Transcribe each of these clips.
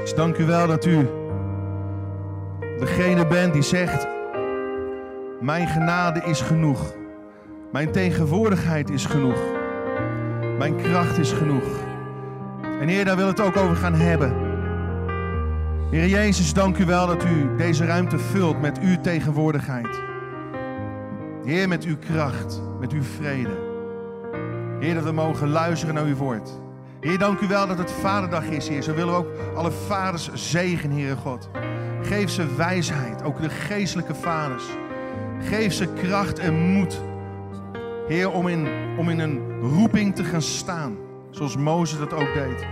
Dus dank u wel dat u degene bent die zegt, mijn genade is genoeg. Mijn tegenwoordigheid is genoeg. Mijn kracht is genoeg. En Heer, daar wil het ook over gaan hebben. Heer Jezus, dank u wel dat u deze ruimte vult met uw tegenwoordigheid. Heer, met uw kracht, met uw vrede. Heer, dat we mogen luisteren naar uw woord. Heer, dank u wel dat het Vaderdag is, Heer. Zo willen we ook alle vaders zegenen, Heere God. Geef ze wijsheid, ook de geestelijke vaders. Geef ze kracht en moed. Heer, om in een roeping te gaan staan. Zoals Mozes dat ook deed.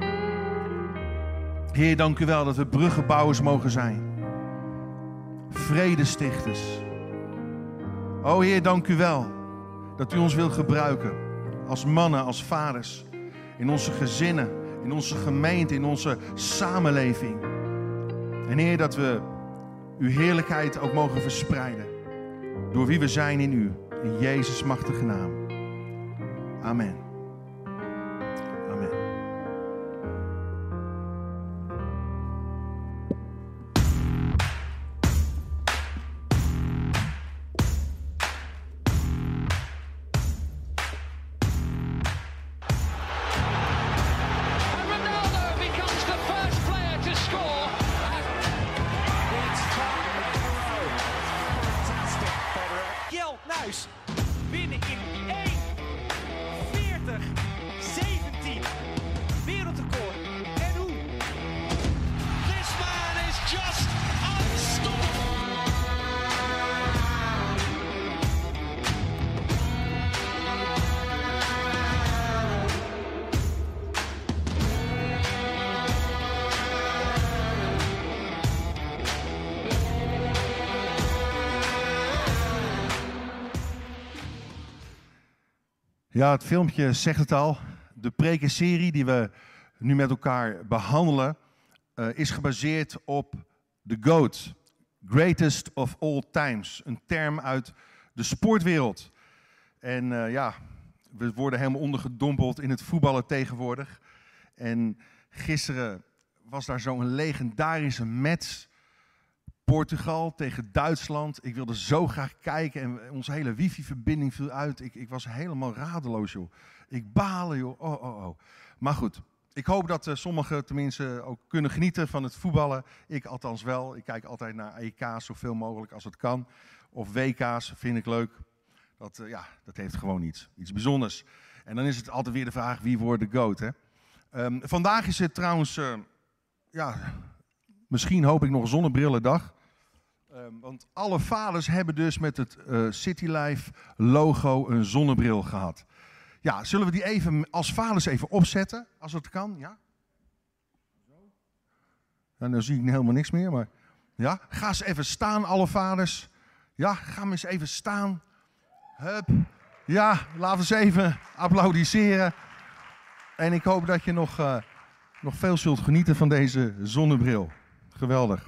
Heer, dank u wel dat we bruggenbouwers mogen zijn. Vredestichters. O Heer, dank u wel dat u ons wilt gebruiken. Als mannen, als vaders. In onze gezinnen, in onze gemeente, in onze samenleving. En Heer, dat we uw heerlijkheid ook mogen verspreiden. Door wie we zijn in u. In Jezus' machtige naam. Amen. Amen. Binnen in 1:40:17 wereldrecord. En hoe? This man is just unstoppable. Ja, het filmpje zegt het al. De prekenserie die we nu met elkaar behandelen is gebaseerd op The GOAT. Greatest of all times. Een term uit de sportwereld. En we worden helemaal ondergedompeld in het voetballen tegenwoordig. En gisteren was daar zo'n legendarische match. Portugal tegen Duitsland. Ik wilde zo graag kijken en onze hele wifi-verbinding viel uit. Ik was helemaal radeloos, joh. Ik balen, joh. Oh. Maar goed, ik hoop dat sommigen tenminste ook kunnen genieten van het voetballen. Ik althans wel. Ik kijk altijd naar EK's zoveel mogelijk als het kan. Of WK's vind ik leuk. Dat heeft gewoon iets bijzonders. En dan is het altijd weer de vraag, wie wordt de GOAT, hè? Vandaag is het trouwens... Misschien hoop ik nog een zonnebrillendag. Want alle vaders hebben dus met het City Life logo een zonnebril gehad. Ja, zullen we die even als vaders even opzetten? Als het kan, ja? Ja, nou zie ik helemaal niks meer, maar... Ja, ga eens even staan, alle vaders. Ja, ga maar eens even staan. Hup. Ja, laten we eens even applaudisseren. En ik hoop dat je nog veel zult genieten van deze zonnebril. Geweldig.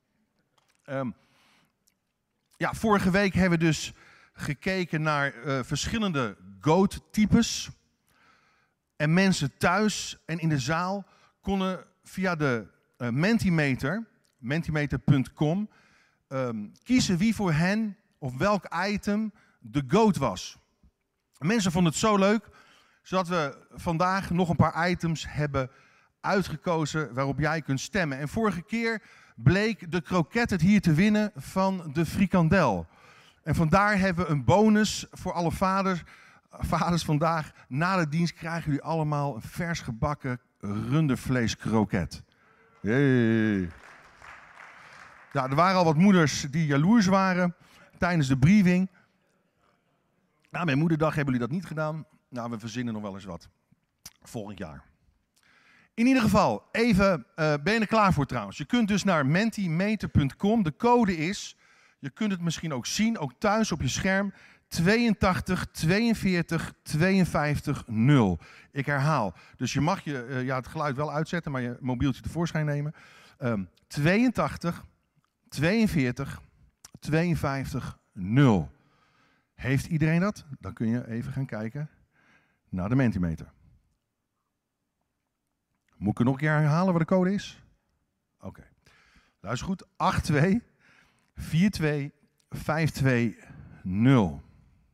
Vorige week hebben we dus gekeken naar verschillende GOAT-types. En mensen thuis en in de zaal konden via de Mentimeter, mentimeter.com, kiezen wie voor hen of welk item de GOAT was. Mensen vonden het zo leuk, zodat we vandaag nog een paar items hebben uitgekozen waarop jij kunt stemmen. En vorige keer bleek de kroket het hier te winnen van de frikandel. En vandaar hebben we een bonus voor alle vaders vandaag. Na de dienst krijgen jullie allemaal een vers gebakken rundervleeskroket. Hey. Ja, er waren al wat moeders die jaloers waren tijdens de briefing. Nou, met moederdag hebben jullie dat niet gedaan. Nou, we verzinnen nog wel eens wat. Volgend jaar. In ieder geval, even, ben je er klaar voor trouwens? Je kunt dus naar mentimeter.com. De code is, je kunt het misschien ook zien, ook thuis op je scherm, 82 42 52 0. Ik herhaal. Dus je mag het geluid wel uitzetten, maar je mobieltje tevoorschijn nemen. 82 42 52 0. Heeft iedereen dat? Dan kun je even gaan kijken naar de Mentimeter. Moet ik er nog een keer herhalen wat de code is? Oké. Luister goed. 8-2, 4-2, 5-2, 0.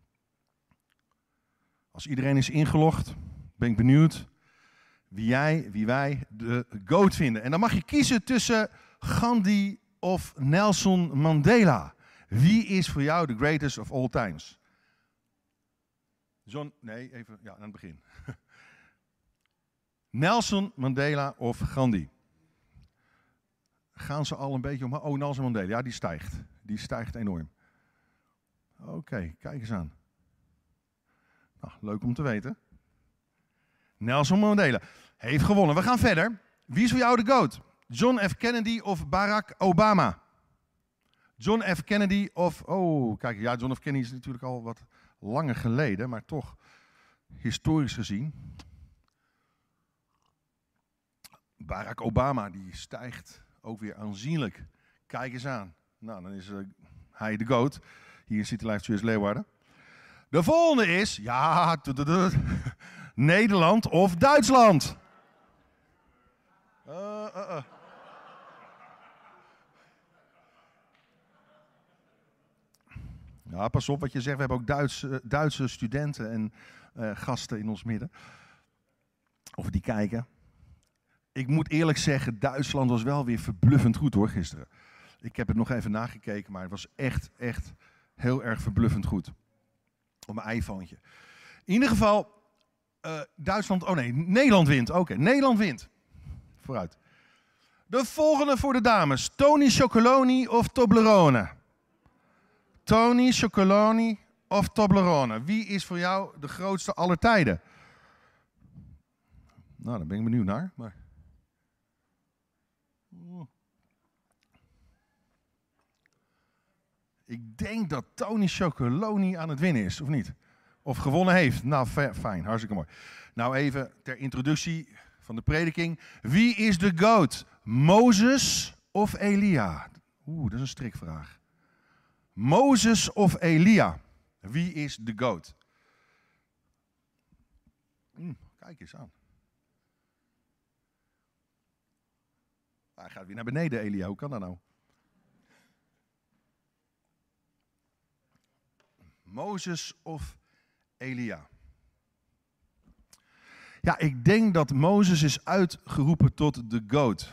Als iedereen is ingelogd, ben ik benieuwd wie wij de GOAT vinden. En dan mag je kiezen tussen Gandhi of Nelson Mandela. Wie is voor jou de greatest of all times? Even aan het begin. Nelson Mandela of Gandhi? Gaan ze al een beetje omhoog? Oh, Nelson Mandela, ja, die stijgt. Die stijgt enorm. Oké, kijk eens aan. Nou, leuk om te weten. Nelson Mandela heeft gewonnen. We gaan verder. Wie is voor jou de GOAT? John F. Kennedy of Barack Obama? John F. Kennedy of... Oh, kijk, ja, John F. Kennedy is natuurlijk al wat langer geleden, maar toch historisch gezien. Barack Obama, die stijgt ook weer aanzienlijk. Kijk eens aan. Nou, dan is hij de GOAT. Hier in City Life Church Leeuwarden. De volgende is, ja, Nederland of Duitsland? Ja, pas op wat je zegt. We hebben ook Duitse studenten en gasten in ons midden. Of die kijken. Ik moet eerlijk zeggen, Duitsland was wel weer verbluffend goed hoor, gisteren. Ik heb het nog even nagekeken, maar het was echt heel erg verbluffend goed. Op mijn iPhone. In ieder geval, Nederland wint. Oké, Nederland wint. Vooruit. De volgende voor de dames. Tony Chocoloni of Toblerone? Tony Chocoloni of Toblerone? Wie is voor jou de grootste aller tijden? Nou, daar ben ik benieuwd naar. Maar... Ik denk dat Tony Chocoloni aan het winnen is, of niet? Of gewonnen heeft. Nou, fijn, hartstikke mooi. Nou, even ter introductie van de prediking. Wie is de GOAT? Mozes of Elia? Dat is een strikvraag. Mozes of Elia? Wie is de GOAT? Kijk eens aan. Hij gaat weer naar beneden, Elia. Hoe kan dat nou? Mozes of Elia? Ja, ik denk dat Mozes is uitgeroepen tot de GOAT.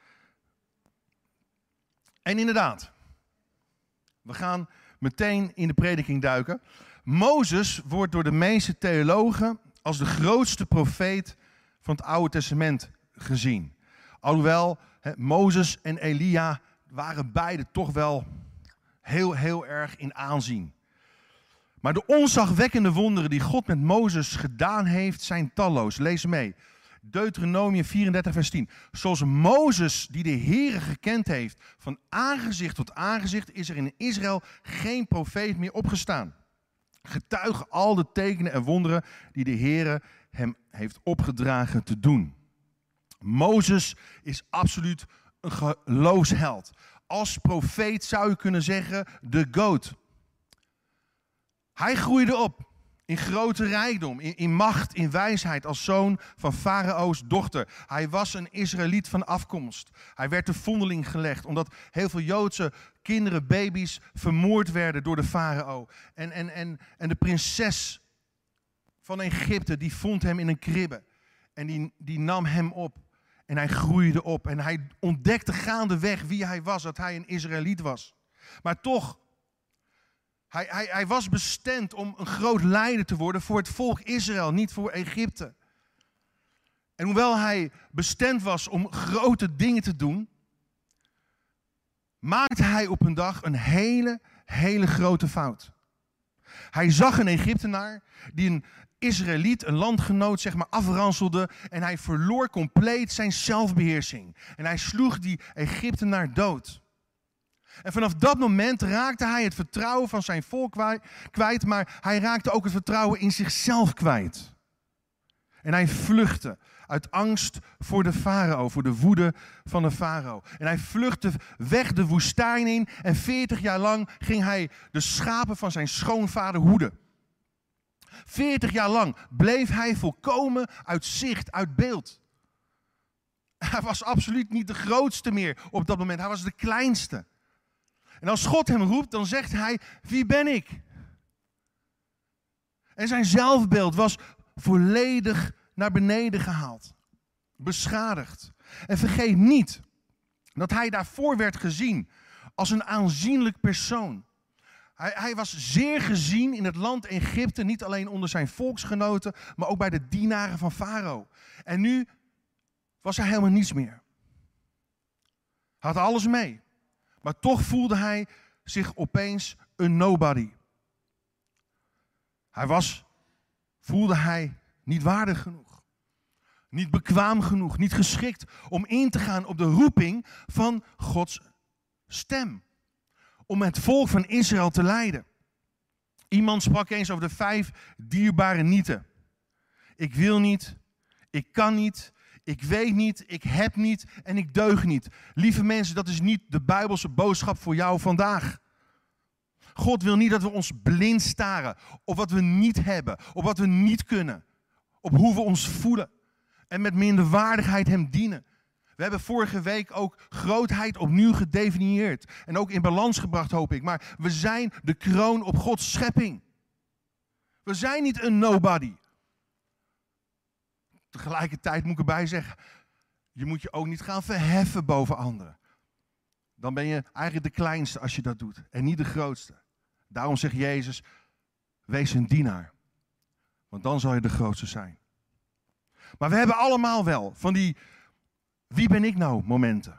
En inderdaad, we gaan meteen in de prediking duiken. Mozes wordt door de meeste theologen als de grootste profeet van het Oude Testament gezien. Alhoewel Mozes en Elia waren beide toch wel heel erg in aanzien. Maar de ontzagwekkende wonderen die God met Mozes gedaan heeft, zijn talloos. Lees mee. Deuteronomium 34 vers 10. Zoals Mozes die de Heere gekend heeft, van aangezicht tot aangezicht, is er in Israël geen profeet meer opgestaan. Getuigen al de tekenen en wonderen die de Heere hem heeft opgedragen te doen. Mozes is absoluut een geloofsheld. Als profeet zou je kunnen zeggen de GOAT. Hij groeide op in grote rijkdom, in macht, in wijsheid als zoon van Farao's dochter. Hij was een Israëliet van afkomst. Hij werd te vondeling gelegd omdat heel veel Joodse kinderen, baby's, vermoord werden door de farao. En de prinses van Egypte, die vond hem in een kribbe. En die nam hem op. En hij groeide op. En hij ontdekte gaandeweg wie hij was, dat hij een Israëliet was. Maar toch... Hij was bestemd om een groot leider te worden voor het volk Israël, niet voor Egypte. En hoewel hij bestemd was om grote dingen te doen, maakte hij op een dag een hele grote fout. Hij zag een Egyptenaar die een Israëliet, een landgenoot, afranselde en hij verloor compleet zijn zelfbeheersing. En hij sloeg die Egyptenaar dood. En vanaf dat moment raakte hij het vertrouwen van zijn volk kwijt, maar hij raakte ook het vertrouwen in zichzelf kwijt. En hij vluchtte uit angst voor de farao, voor de woede van de farao. En hij vluchtte weg de woestijn in en 40 jaar lang ging hij de schapen van zijn schoonvader hoeden. 40 jaar lang bleef hij volkomen uit zicht, uit beeld. Hij was absoluut niet de grootste meer op dat moment. Hij was de kleinste. En als God hem roept, dan zegt hij, wie ben ik? En zijn zelfbeeld was volledig naar beneden gehaald. Beschadigd. En vergeet niet dat hij daarvoor werd gezien als een aanzienlijk persoon. Hij was zeer gezien in het land Egypte, niet alleen onder zijn volksgenoten, maar ook bij de dienaren van Farao. En nu was hij helemaal niets meer. Hij had alles mee. Maar toch voelde hij zich opeens een nobody. Voelde hij niet waardig genoeg. Niet bekwaam genoeg, niet geschikt om in te gaan op de roeping van Gods stem. Om het volk van Israël te leiden. Iemand sprak eens over de 5 dierbare nieten. Ik wil niet, ik kan niet, ik weet niet, ik heb niet en ik deug niet. Lieve mensen, dat is niet de Bijbelse boodschap voor jou vandaag. God wil niet dat we ons blind staren op wat we niet hebben, op wat we niet kunnen. Op hoe we ons voelen en met minderwaardigheid hem dienen. We hebben vorige week ook grootheid opnieuw gedefinieerd. En ook in balans gebracht, hoop ik. Maar we zijn de kroon op Gods schepping. We zijn niet een nobody. Tegelijkertijd moet ik erbij zeggen, je moet je ook niet gaan verheffen boven anderen. Dan ben je eigenlijk de kleinste als je dat doet. En niet de grootste. Daarom zegt Jezus, wees een dienaar. Want dan zal je de grootste zijn. Maar we hebben allemaal wel van die wie ben ik nou momenten.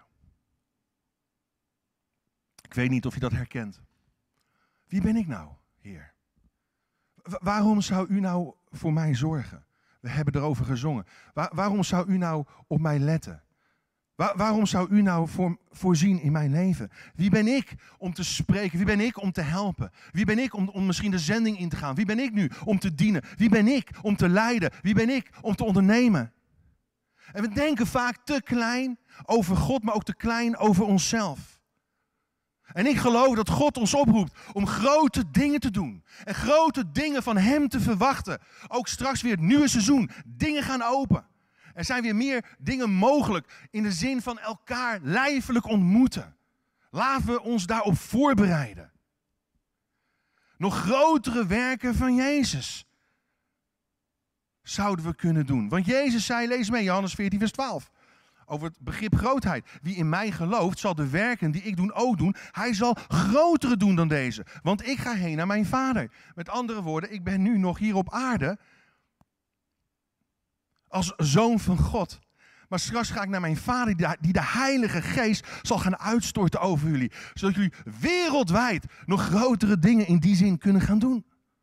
Ik weet niet of je dat herkent. Wie ben ik nou, Heer? Waarom zou u nou voor mij zorgen? We hebben erover gezongen. Waarom zou u nou op mij letten? Waarom zou u nou voorzien in mijn leven? Wie ben ik om te spreken? Wie ben ik om te helpen? Wie ben ik om misschien de zending in te gaan? Wie ben ik nu om te dienen? Wie ben ik om te leiden? Wie ben ik om te ondernemen? En we denken vaak te klein over God, maar ook te klein over onszelf. En ik geloof dat God ons oproept om grote dingen te doen. En grote dingen van hem te verwachten. Ook straks weer het nieuwe seizoen. Dingen gaan open. Er zijn weer meer dingen mogelijk in de zin van elkaar lijfelijk ontmoeten. Laten we ons daarop voorbereiden. Nog grotere werken van Jezus zouden we kunnen doen. Want Jezus zei, lees mee, Johannes 14 vers 12. Over het begrip grootheid. Wie in mij gelooft, zal de werken die ik doe ook doen. Hij zal grotere doen dan deze. Want ik ga heen naar mijn Vader. Met andere woorden, ik ben nu nog hier op aarde als zoon van God. Maar straks ga ik naar mijn Vader die de Heilige Geest zal gaan uitstorten over jullie. Zodat jullie wereldwijd nog grotere dingen in die zin kunnen gaan doen.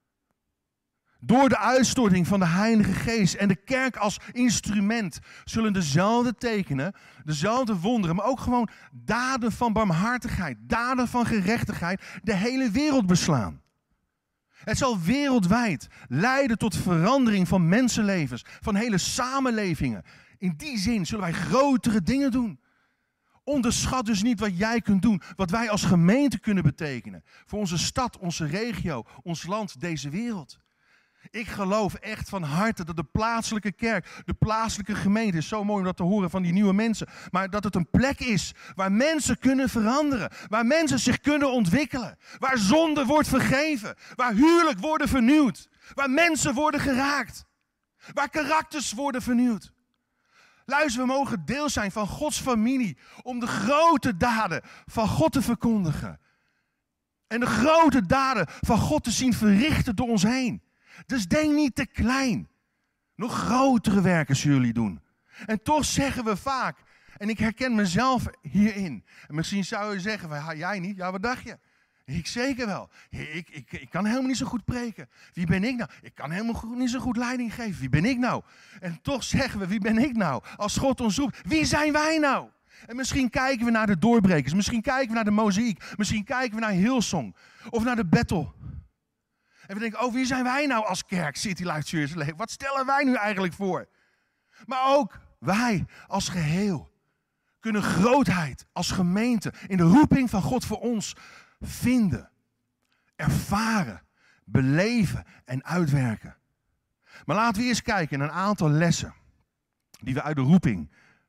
Door de uitstorting van de Heilige Geest en de kerk als instrument zullen dezelfde tekenen, dezelfde wonderen, maar ook gewoon daden van barmhartigheid, daden van gerechtigheid de hele wereld beslaan. Het zal wereldwijd leiden tot verandering van mensenlevens, van hele samenlevingen. In die zin zullen wij grotere dingen doen. Onderschat dus niet wat jij kunt doen, wat wij als gemeente kunnen betekenen. Voor onze stad, onze regio, ons land, deze wereld. Ik geloof echt van harte dat de plaatselijke kerk, de plaatselijke gemeente, is zo mooi om dat te horen van die nieuwe mensen, maar dat het een plek is waar mensen kunnen veranderen, waar mensen zich kunnen ontwikkelen, waar zonde wordt vergeven, waar huwelijk worden vernieuwd, waar mensen worden geraakt, waar karakters worden vernieuwd. Luister, we mogen deel zijn van Gods familie om de grote daden van God te verkondigen. En de grote daden van God te zien verrichten door ons heen. Dus denk niet te klein. Nog grotere werken zullen jullie doen. En toch zeggen we vaak, en ik herken mezelf hierin. En misschien zou je zeggen, jij niet? Ja, wat dacht je? Ik zeker wel. Ik kan helemaal niet zo goed preken. Wie ben ik nou? Ik kan helemaal niet zo goed leiding geven. Wie ben ik nou? En toch zeggen we, wie ben ik nou? Als God ons roept, wie zijn wij nou? En misschien kijken we naar de doorbrekers. Misschien kijken we naar de mozaïek. Misschien kijken we naar Hillsong. Of naar de battle. En we denken, wie zijn wij nou als kerk? City Life Church. Wat stellen wij nu eigenlijk voor? Maar ook wij als geheel kunnen grootheid als gemeente in de roeping van God voor ons vinden, ervaren, beleven en uitwerken. Maar laten we eerst kijken naar een aantal lessen die we uit de roeping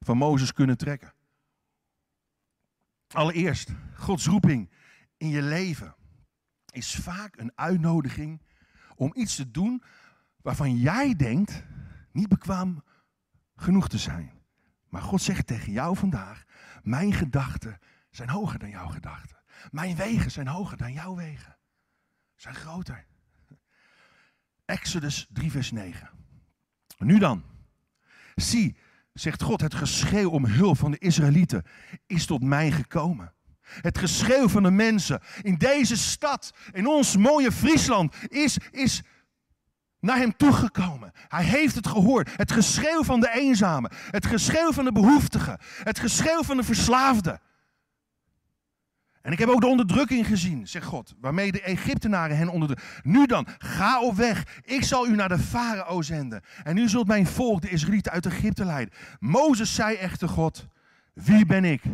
van Mozes kunnen trekken. Allereerst, Gods roeping in je leven is vaak een uitnodiging om iets te doen waarvan jij denkt niet bekwaam genoeg te zijn. Maar God zegt tegen jou vandaag, mijn gedachten zijn hoger dan jouw gedachten. Mijn wegen zijn hoger dan jouw wegen. Zijn groter. Exodus 3 vers 9. Nu dan, zie, zegt God, het geschreeuw om hulp van de Israëlieten is tot mij gekomen. Het geschreeuw van de mensen in deze stad, in ons mooie Friesland, is naar hem toegekomen. Hij heeft het gehoord. Het geschreeuw van de eenzame. Het geschreeuw van de behoeftige. Het geschreeuw van de verslaafde. En ik heb ook de onderdrukking gezien, zegt God, waarmee de Egyptenaren hen onderdrukken. Nu dan, ga op weg. Ik zal u naar de farao zenden. En u zult mijn volk, de Israëlieten, uit Egypte leiden. Mozes zei echter God, wie ben ik?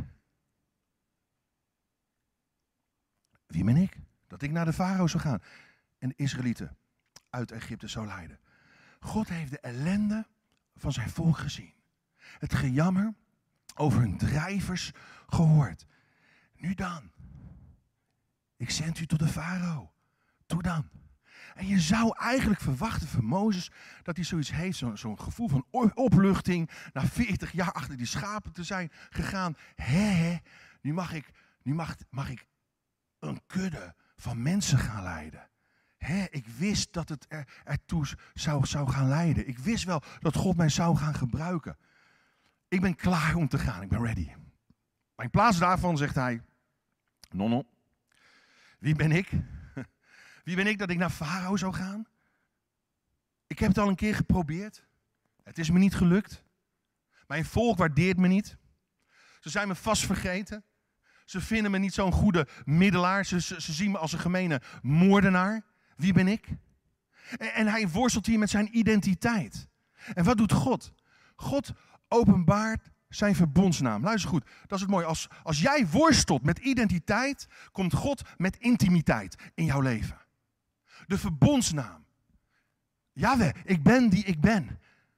Wie ben ik? Dat ik naar de farao zou gaan en de Israëlieten uit Egypte zou leiden. God heeft de ellende van zijn volk gezien. Het gejammer over hun drijvers gehoord. Nu dan. Ik zend u tot de farao. Toe dan. En je zou eigenlijk verwachten van Mozes dat hij zoiets heeft, zo'n gevoel van opluchting. Na 40 jaar achter die schapen te zijn gegaan. Nu mag ik een kudde van mensen gaan leiden. Ik wist dat het ertoe zou gaan leiden. Ik wist wel dat God mij zou gaan gebruiken. Ik ben klaar om te gaan. Ik ben ready. Maar in plaats daarvan zegt hij, no. Wie ben ik? Wie ben ik dat ik naar farao zou gaan? Ik heb het al een keer geprobeerd. Het is me niet gelukt. Mijn volk waardeert me niet. Ze zijn me vast vergeten. Ze vinden me niet zo'n goede middelaar. Ze zien me als een gemene moordenaar. Wie ben ik? En hij worstelt hier met zijn identiteit. En wat doet God? God openbaart zijn verbondsnaam. Luister goed, dat is het mooie. Als jij worstelt met identiteit, komt God met intimiteit in jouw leven. De verbondsnaam. Jawel, ik ben die ik ben.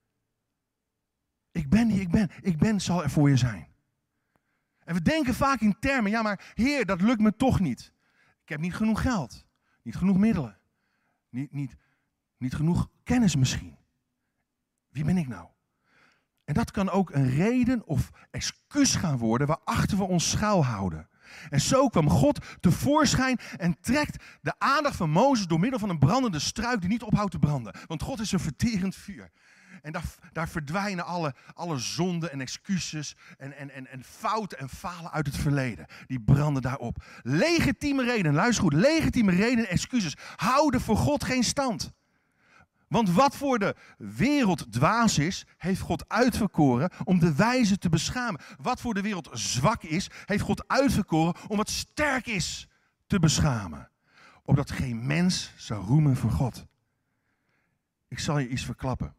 Ik ben die ik ben. Ik ben zal er voor je zijn. En we denken vaak in termen, ja maar Heer, dat lukt me toch niet. Ik heb niet genoeg geld. Niet genoeg middelen. Niet genoeg kennis misschien. Wie ben ik nou? En dat kan ook een reden of excuus gaan worden waarachter we ons schuilhouden. En zo kwam God tevoorschijn en trekt de aandacht van Mozes door middel van een brandende struik die niet ophoudt te branden. Want God is een verterend vuur. En daar verdwijnen alle zonden en excuses en fouten en falen uit het verleden. Die branden daarop. Legitieme redenen, luister goed, legitieme redenen en excuses houden voor God geen stand. Want wat voor de wereld dwaas is, heeft God uitverkoren om de wijze te beschamen. Wat voor de wereld zwak is, heeft God uitverkoren om wat sterk is te beschamen. Opdat geen mens zou roemen voor God. Ik zal je iets verklappen.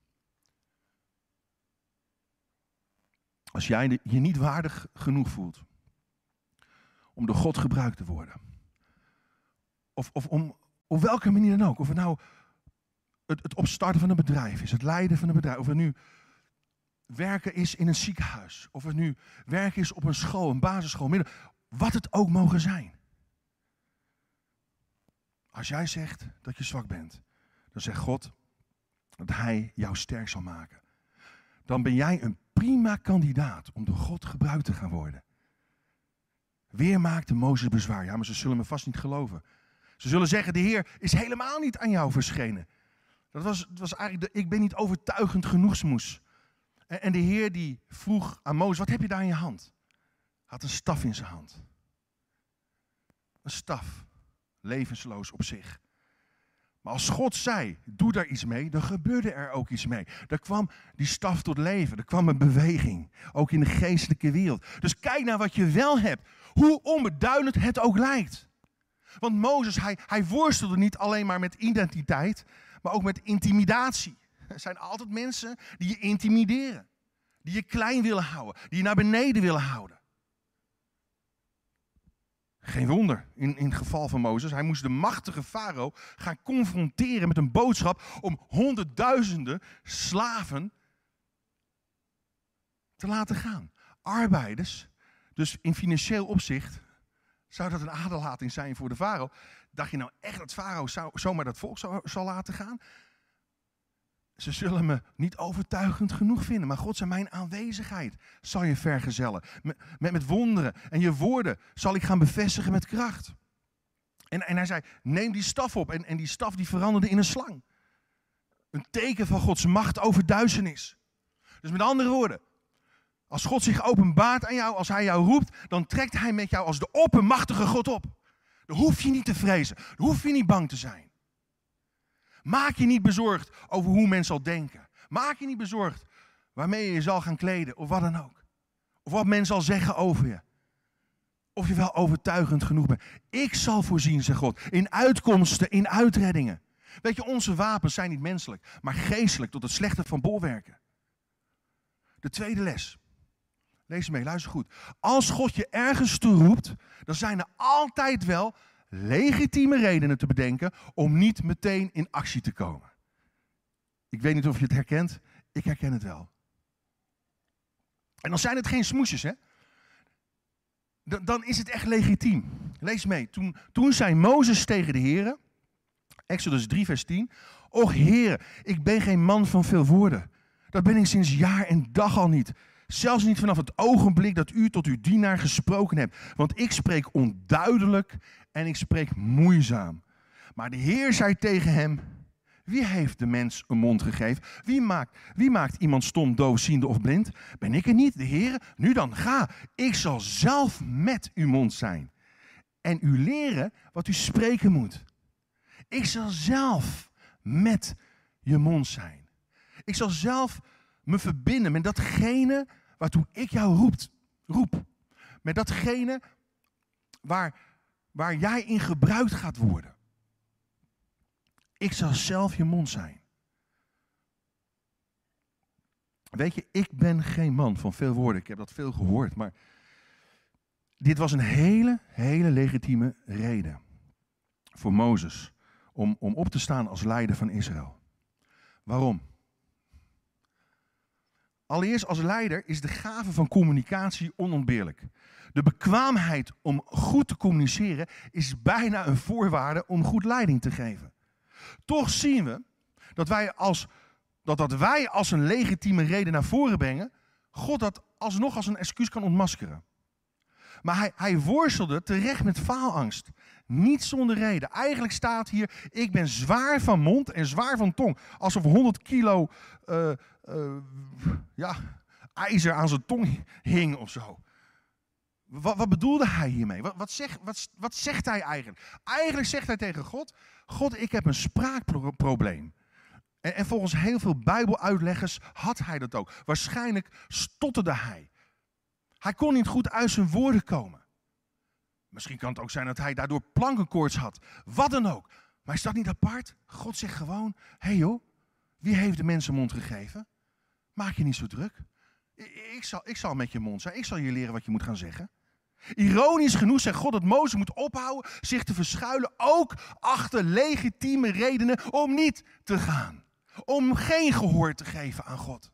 Als jij je niet waardig genoeg voelt om door God gebruikt te worden. Of om op welke manier dan ook. Of het nou het opstarten van een bedrijf is, het leiden van een bedrijf. Of het nu werken is in een ziekenhuis. Of het nu werken is op een school, een basisschool. Wat het ook mogen zijn. Als jij zegt dat je zwak bent, dan zegt God dat hij jou sterk zal maken. Dan ben jij een prima kandidaat om door God gebruikt te gaan worden. Weer maakte Mozes bezwaar. Ja, maar ze zullen me vast niet geloven. Ze zullen zeggen, de Heer is helemaal niet aan jou verschenen. Dat was eigenlijk ik ben niet overtuigend genoeg smoes. En de Heer die vroeg aan Mozes, wat heb je daar in je hand? Hij had een staf in zijn hand. Een staf. Levensloos op zich. Maar als God zei, doe daar iets mee, dan gebeurde er ook iets mee. Er kwam die staf tot leven. Er kwam een beweging. Ook in de geestelijke wereld. Dus kijk naar wat je wel hebt. Hoe onbeduidend het ook lijkt. Want Mozes, hij worstelde niet alleen maar met identiteit, maar ook met intimidatie. Er zijn altijd mensen die je intimideren. Die je klein willen houden. Die je naar beneden willen houden. Geen wonder in het geval van Mozes. Hij moest de machtige farao gaan confronteren met een boodschap om honderdduizenden slaven te laten gaan. Arbeiders, dus in financieel opzicht, zou dat een aderlating zijn voor de farao. Dacht je nou echt dat farao zomaar dat volk zal laten gaan? Ze zullen me niet overtuigend genoeg vinden, maar God zei, mijn aanwezigheid zal je vergezellen. Met wonderen en je woorden zal ik gaan bevestigen met kracht. En hij zei, neem die staf op. En die staf die veranderde in een slang. Een teken van Gods macht over duisternis. Dus met andere woorden, als God zich openbaart aan jou, als hij jou roept, dan trekt hij met jou als de oppermachtige God op. Dan hoef je niet te vrezen, dan hoef je niet bang te zijn. Maak je niet bezorgd over hoe men zal denken. Maak je niet bezorgd waarmee je je zal gaan kleden of wat dan ook. Of wat men zal zeggen over je. Of je wel overtuigend genoeg bent. Ik zal voorzien, zegt God, in uitkomsten, in uitreddingen. Weet je, onze wapens zijn niet menselijk, maar geestelijk tot het slechte van bolwerken. De tweede les. Lees mee, luister goed. Als God je ergens toe roept, dan zijn er altijd wel legitieme redenen te bedenken om niet meteen in actie te komen. Ik weet niet of je het herkent, ik herken het wel. En dan zijn het geen smoesjes, hè? Dan is het echt legitiem. Lees mee. Toen zei Mozes tegen de Heere, Exodus 3 vers 10. Och Heere, ik ben geen man van veel woorden. Dat ben ik sinds jaar en dag al niet. Zelfs niet vanaf het ogenblik dat u tot uw dienaar gesproken hebt. Want ik spreek onduidelijk en ik spreek moeizaam. Maar de Heer zei tegen hem, wie heeft de mens een mond gegeven? Wie maakt iemand stom, doof, ziende of blind? Ben ik het niet, de Heer? Nu dan, ga. Ik zal zelf met uw mond zijn. En u leren wat u spreken moet. Ik zal zelf met je mond zijn. Ik zal zelf me verbinden met datgene waartoe ik jou roep. Met datgene waar jij in gebruikt gaat worden. Ik zal zelf je mond zijn. Weet je, ik ben geen man van veel woorden. Ik heb dat veel gehoord, maar dit was een hele legitieme reden voor Mozes om op te staan als leider van Israël. Waarom? Allereerst als leider is de gave van communicatie onontbeerlijk. De bekwaamheid om goed te communiceren is bijna een voorwaarde om goed leiding te geven. Toch zien we dat wij als een legitieme reden naar voren brengen, God dat alsnog als een excuus kan ontmaskeren. Maar hij worstelde terecht met faalangst. Niet zonder reden. Eigenlijk staat hier, ik ben zwaar van mond en zwaar van tong. Alsof 100 kilo ijzer aan zijn tong hing of zo. Wat bedoelde hij hiermee? Wat zegt hij eigenlijk? Eigenlijk zegt hij tegen God, God, ik heb een spraakprobleem. En volgens heel veel Bijbeluitleggers had hij dat ook. Waarschijnlijk stotterde hij. Hij kon niet goed uit zijn woorden komen. Misschien kan het ook zijn dat hij daardoor plankenkoorts had. Wat dan ook. Maar is dat niet apart? God zegt gewoon, hé joh, wie heeft de mens een mond gegeven? Maak je niet zo druk. Ik zal met je mond zijn. Ik zal je leren wat je moet gaan zeggen. Ironisch genoeg zegt God dat Mozes moet ophouden zich te verschuilen, ook achter legitieme redenen om niet te gaan. Om geen gehoor te geven aan God.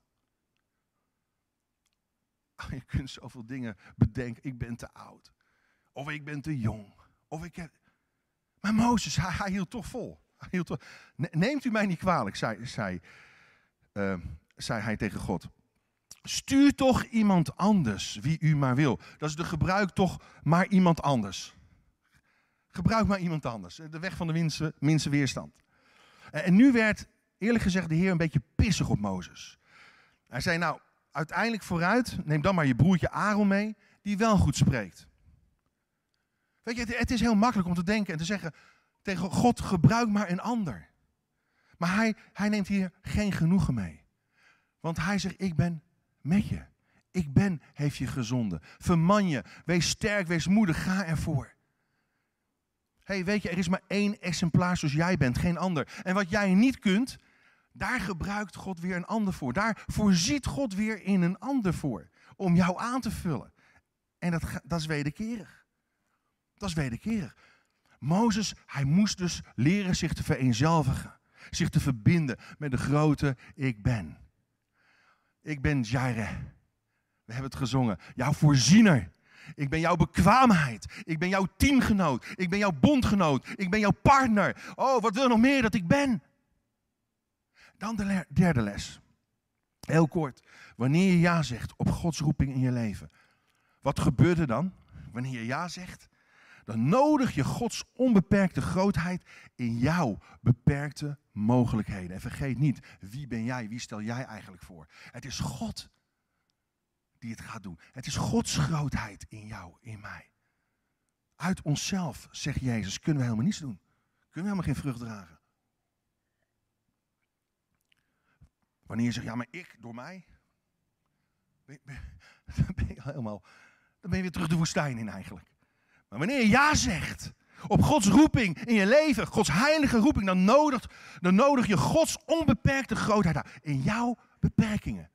Je kunt zoveel dingen bedenken. Ik ben te oud. Of ik ben te jong. Maar Mozes, hij hield toch vol. Neemt u mij niet kwalijk, zei hij tegen God. Stuur toch iemand anders, wie u maar wil. Dat is de gebruik toch maar iemand anders. Gebruik maar iemand anders. De weg van de minste weerstand. En nu werd, eerlijk gezegd, de Heer een beetje pissig op Mozes. Hij zei, nou, uiteindelijk vooruit, neem dan maar je broertje Aaron mee, die wel goed spreekt. Weet je, het is heel makkelijk om te denken en te zeggen tegen God, gebruik maar een ander. Maar hij neemt hier geen genoegen mee. Want hij zegt, ik ben met je. Heeft je gezonden. Verman je, wees sterk, wees moedig, ga ervoor. Weet je, er is maar één exemplaar zoals jij bent, geen ander. En wat jij niet kunt, daar gebruikt God weer een ander voor. Daar voorziet God weer in een ander voor. Om jou aan te vullen. En dat is wederkerig. Dat is wederkerig. Mozes, hij moest dus leren zich te vereenzelvigen. Zich te verbinden met de grote ik ben. Ik ben Jireh. We hebben het gezongen. Jouw voorziener. Ik ben jouw bekwaamheid. Ik ben jouw teamgenoot. Ik ben jouw bondgenoot. Ik ben jouw partner. Oh, wat wil nog meer dat ik ben? Dan de derde les. Heel kort. Wanneer je ja zegt op Gods roeping in je leven. Wat gebeurt er dan? Wanneer je ja zegt. Dan nodig je Gods onbeperkte grootheid in jouw beperkte mogelijkheden. En vergeet niet, wie ben jij? Wie stel jij eigenlijk voor? Het is God die het gaat doen. Het is Gods grootheid in jou, in mij. Uit onszelf, zegt Jezus, kunnen we helemaal niets doen. Kunnen we helemaal geen vrucht dragen. Wanneer je zegt, ja maar ik, door mij. Dan ben je weer terug de woestijn in eigenlijk. Maar wanneer je ja zegt op Gods roeping in je leven, Gods heilige roeping, dan nodig je Gods onbeperkte grootheid aan in jouw beperkingen.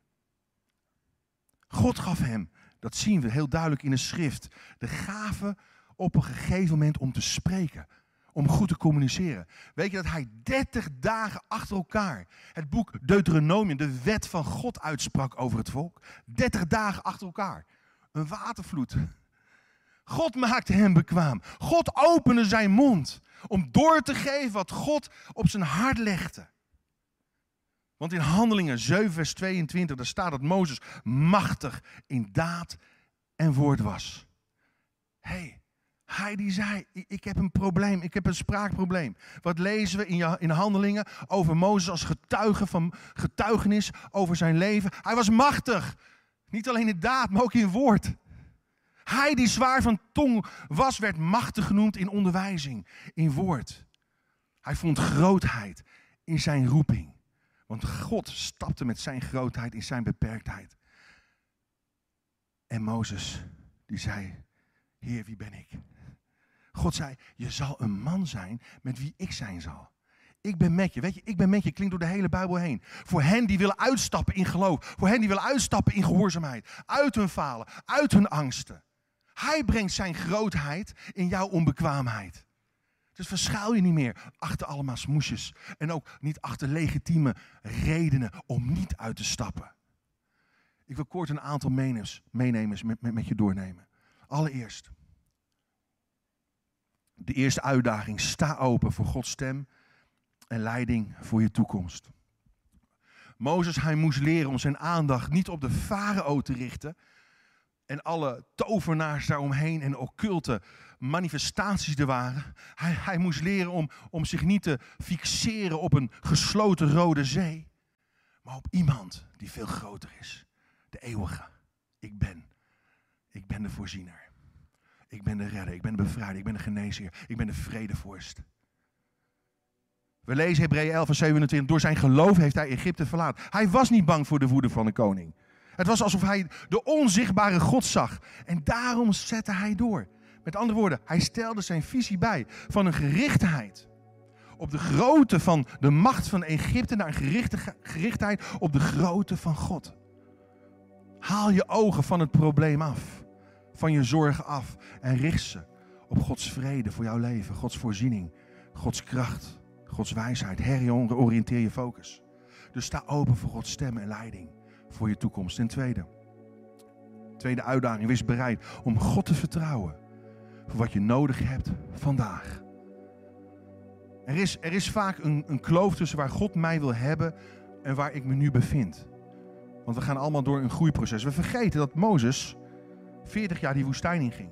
God gaf hem, dat zien we heel duidelijk in de schrift, de gave op een gegeven moment om te spreken. Om goed te communiceren. Weet je dat hij 30 dagen achter elkaar het boek Deuteronomium, de wet van God, uitsprak over het volk? 30 dagen achter elkaar. Een watervloed. God maakte hem bekwaam. God opende zijn mond om door te geven wat God op zijn hart legde. Want in Handelingen 7 vers 22, daar staat dat Mozes machtig in daad en woord was. Hij die zei, ik heb een probleem, ik heb een spraakprobleem. Wat lezen we in Handelingen over Mozes als getuigenis over zijn leven? Hij was machtig. Niet alleen in daad, maar ook in woord. Hij die zwaar van tong was, werd machtig genoemd in onderwijzing, in woord. Hij vond grootheid in zijn roeping. Want God stapte met zijn grootheid in zijn beperktheid. En Mozes, die zei, Heer, wie ben ik? God zei, je zal een man zijn met wie ik zijn zal. Ik ben met je. Weet je, ik ben met je klinkt door de hele Bijbel heen. Voor hen die willen uitstappen in geloof. Voor hen die willen uitstappen in gehoorzaamheid. Uit hun falen, uit hun angsten. Hij brengt zijn grootheid in jouw onbekwaamheid. Dus verschuil je niet meer achter allemaal smoesjes. En ook niet achter legitieme redenen om niet uit te stappen. Ik wil kort een aantal meenemers met je doornemen. Allereerst. De eerste uitdaging. Sta open voor Gods stem en leiding voor je toekomst. Mozes, hij moest leren om zijn aandacht niet op de farao te richten. En alle tovenaars daaromheen en occulte manifestaties er waren. Hij moest leren om zich niet te fixeren op een gesloten rode zee. Maar op iemand die veel groter is. De eeuwige. Ik ben de voorziener. Ik ben de redder. Ik ben de bevrijder. Ik ben de geneesheer. Ik ben de vredevorst. We lezen Hebreeën 11 vers 27. Door zijn geloof heeft hij Egypte verlaten. Hij was niet bang voor de woede van de koning. Het was alsof hij de onzichtbare God zag. En daarom zette hij door. Met andere woorden, hij stelde zijn visie bij van een gerichtheid op de grootte van de macht van Egypte naar een gerichtheid op de grootte van God. Haal je ogen van het probleem af, van je zorgen af en richt ze op Gods vrede voor jouw leven, Gods voorziening, Gods kracht, Gods wijsheid. Heroriënteer je focus. Dus sta open voor Gods stem en leiding voor je toekomst. Ten tweede uitdaging, wees bereid om God te vertrouwen voor wat je nodig hebt vandaag. Er is vaak een kloof tussen waar God mij wil hebben en waar ik me nu bevind. Want we gaan allemaal door een groeiproces. We vergeten dat Mozes 40 jaar die woestijn inging.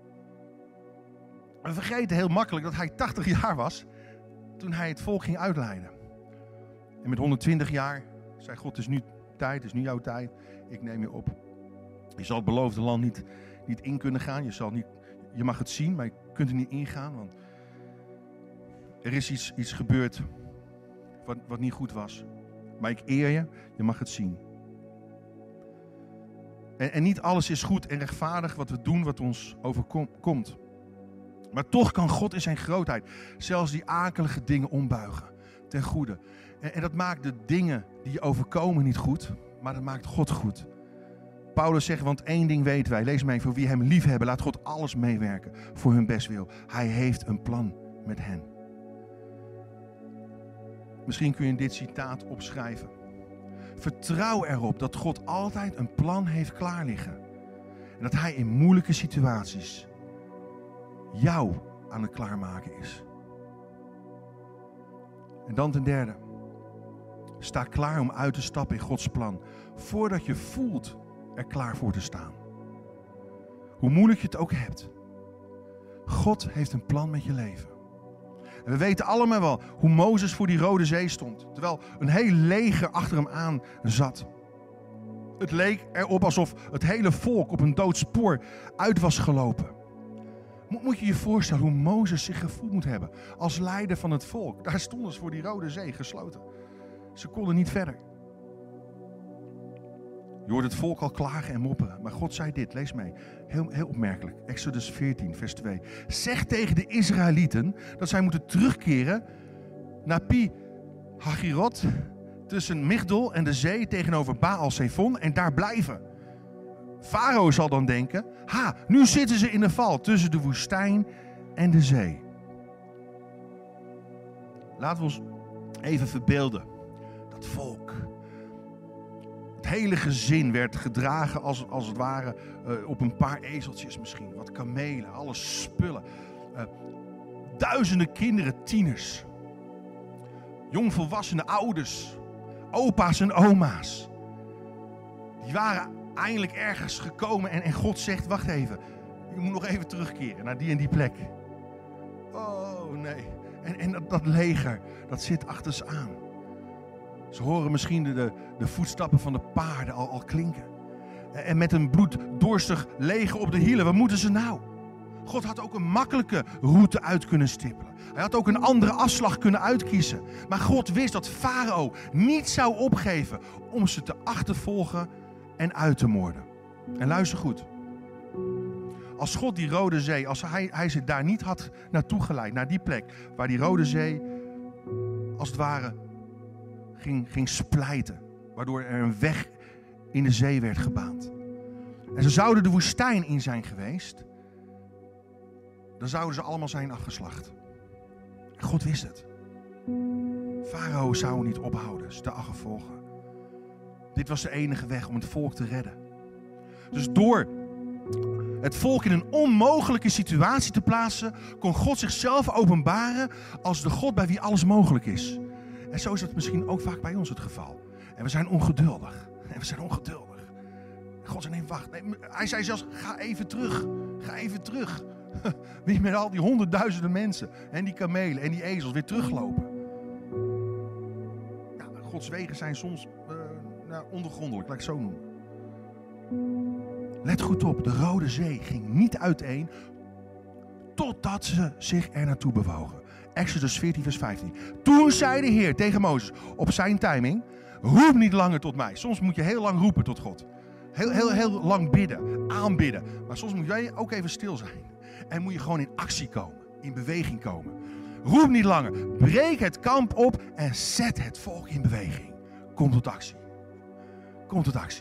We vergeten heel makkelijk dat hij 80 jaar was toen hij het volk ging uitleiden. En met 120 jaar zei God, het is nu tijd, het is nu jouw tijd. Ik neem je op. Je zal het beloofde land niet in kunnen gaan. Je mag het zien, maar je kunt er niet ingaan. Want er is iets gebeurd wat niet goed was. Maar ik eer je, je mag het zien. En niet alles is goed en rechtvaardig wat we doen, wat ons overkomt. Maar toch kan God in zijn grootheid zelfs die akelige dingen ombuigen ten goede. En dat maakt de dingen die je overkomen niet goed, maar dat maakt God goed. Paulus zegt, want één ding weten wij, lees mij, voor wie hem lief hebben, laat God alles meewerken voor hun bestwil. Hij heeft een plan met hen. Misschien kun je dit citaat opschrijven. Vertrouw erop dat God altijd een plan heeft klaar liggen. En dat hij in moeilijke situaties jou aan het klaarmaken is. En dan ten derde. Sta klaar om uit te stappen in Gods plan. Voordat je voelt er klaar voor te staan. Hoe moeilijk je het ook hebt. God heeft een plan met je leven. En we weten allemaal wel hoe Mozes voor die Rode Zee stond. Terwijl een heel leger achter hem aan zat. Het leek erop alsof het hele volk op een dood spoor uit was gelopen. Moet je je voorstellen hoe Mozes zich gevoeld moet hebben als leider van het volk. Daar stonden ze voor die Rode Zee gesloten. Ze konden niet verder. Je hoort het volk al klagen en mopperen. Maar God zei dit, lees mee. Heel opmerkelijk. Exodus 14, vers 2. Zeg tegen de Israëlieten dat zij moeten terugkeren naar Pi-Hagirot, tussen Migdol en de zee tegenover Baal-Zephon en daar blijven. Farao zal dan denken, nu zitten ze in de val tussen de woestijn en de zee. Laten we ons even verbeelden. Dat volk. Het hele gezin werd gedragen als het ware op een paar ezeltjes misschien. Wat kamelen, alle spullen. Duizenden kinderen, tieners. Jongvolwassenen, ouders. Opa's en oma's. Die waren eindelijk ergens gekomen en God zegt, wacht even. Je moet nog even terugkeren naar die en die plek. Oh nee. En dat leger, dat zit achter ze aan. Ze horen misschien de voetstappen van de paarden al klinken. En met een bloeddorstig leger op de hielen, wat moeten ze nou? God had ook een makkelijke route uit kunnen stippelen. Hij had ook een andere afslag kunnen uitkiezen. Maar God wist dat Farao niet zou opgeven om ze te achtervolgen en uit te moorden. En luister goed. Als God die Rode Zee, als hij ze daar niet had naartoe geleid, naar die plek waar die Rode Zee als het ware ging splijten. Waardoor er een weg in de zee werd gebaand. En ze zouden de woestijn in zijn geweest. Dan zouden ze allemaal zijn afgeslacht. En God wist het. Farao zou niet ophouden ze te achtervolgen. Dit was de enige weg om het volk te redden. Dus door het volk in een onmogelijke situatie te plaatsen, kon God zichzelf openbaren als de God bij wie alles mogelijk is. En zo is dat misschien ook vaak bij ons het geval. En we zijn ongeduldig. En God zei, nee, wacht. Nee, hij zei zelfs, ga even terug. Wie met al die honderdduizenden mensen en die kamelen en die ezels weer teruglopen. Ja, Gods wegen zijn soms ondergrondelijk, laat ik het zo noemen. Let goed op, de Rode Zee ging niet uiteen totdat ze zich er naartoe bewogen. Exodus 14 vers 15. Toen zei de Heer tegen Mozes op zijn timing, roep niet langer tot mij. Soms moet je heel lang roepen tot God. Heel lang bidden, aanbidden. Maar soms moet jij ook even stil zijn. En moet je gewoon in actie komen, in beweging komen. Roep niet langer, breek het kamp op en zet het volk in beweging. Kom tot actie.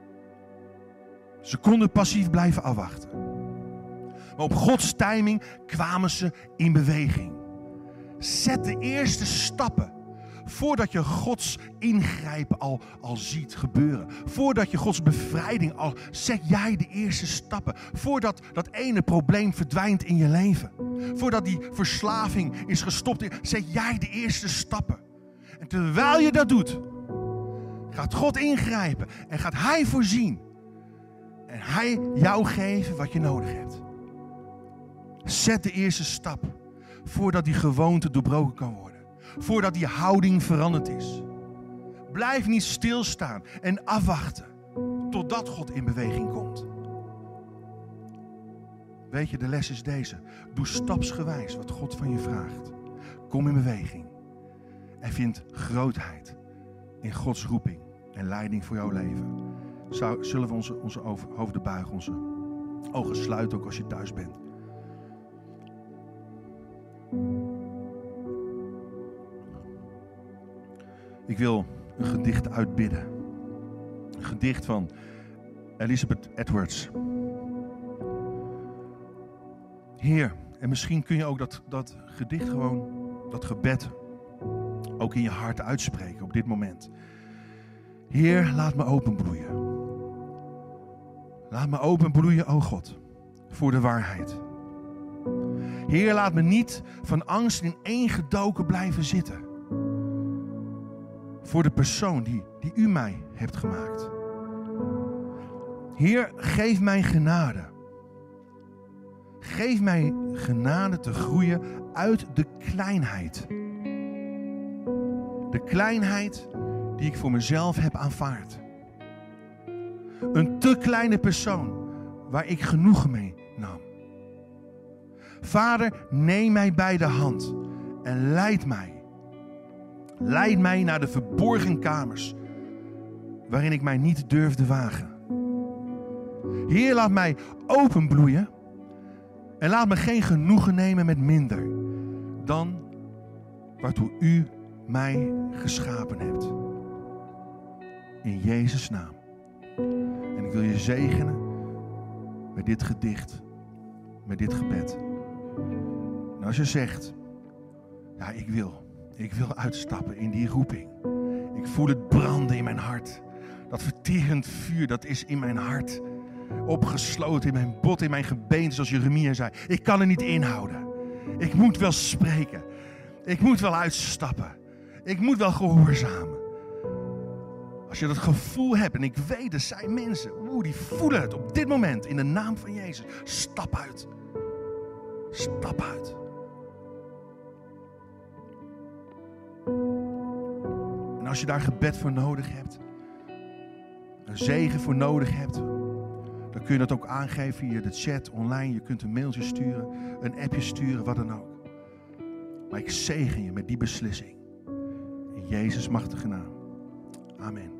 Ze konden passief blijven afwachten. Maar op Gods timing kwamen ze in beweging. Zet de eerste stappen. Voordat je Gods ingrijpen al ziet gebeuren. Voordat je Gods bevrijding zet jij de eerste stappen. Voordat dat ene probleem verdwijnt in je leven. Voordat die verslaving is gestopt. Zet jij de eerste stappen. En terwijl je dat doet, gaat God ingrijpen. En gaat Hij voorzien. En Hij jou geven wat je nodig hebt. Zet de eerste stap. Voordat die gewoonte doorbroken kan worden. Voordat die houding veranderd is. Blijf niet stilstaan en afwachten. Totdat God in beweging komt. Weet je, de les is deze. Doe stapsgewijs wat God van je vraagt. Kom in beweging. En vind grootheid in Gods roeping en leiding voor jouw leven. Zullen we onze hoofden buigen, onze ogen sluiten ook als je thuis bent. Ik wil een gedicht uitbidden. Een gedicht van Elizabeth Edwards. Heer, en misschien kun je ook dat gedicht gewoon, dat gebed, ook in je hart uitspreken op dit moment. Heer, laat me openbloeien. Laat me openbloeien, o God, voor de waarheid. Heer, laat me niet van angst ineengedoken blijven zitten. Voor de persoon die u mij hebt gemaakt. Heer, geef mij genade. Geef mij genade te groeien uit de kleinheid. De kleinheid die ik voor mezelf heb aanvaard. Een te kleine persoon waar ik genoegen mee nam. Vader, neem mij bij de hand en leid mij. Leid mij naar de verborgen kamers waarin ik mij niet durfde wagen. Heer, laat mij openbloeien en laat me geen genoegen nemen met minder dan waartoe u mij geschapen hebt. In Jezus' naam. En ik wil je zegenen met dit gedicht, met dit gebed. En als je zegt, ja, ik wil uitstappen in die roeping. Ik voel het branden in mijn hart. Dat verterend vuur, dat is in mijn hart. Opgesloten in mijn bot, in mijn gebeente, zoals Jeremia zei. Ik kan er niet inhouden. Ik moet wel spreken. Ik moet wel uitstappen. Ik moet wel gehoorzamen. Als je dat gevoel hebt, en ik weet, er zijn mensen, die voelen het op dit moment, in de naam van Jezus. Stap uit. Stap uit. En als je daar gebed voor nodig hebt, een zegen voor nodig hebt, dan kun je dat ook aangeven via de chat online. Je kunt een mailtje sturen, een appje sturen, wat dan ook. Maar ik zegen je met die beslissing. In Jezus' machtige naam. Amen.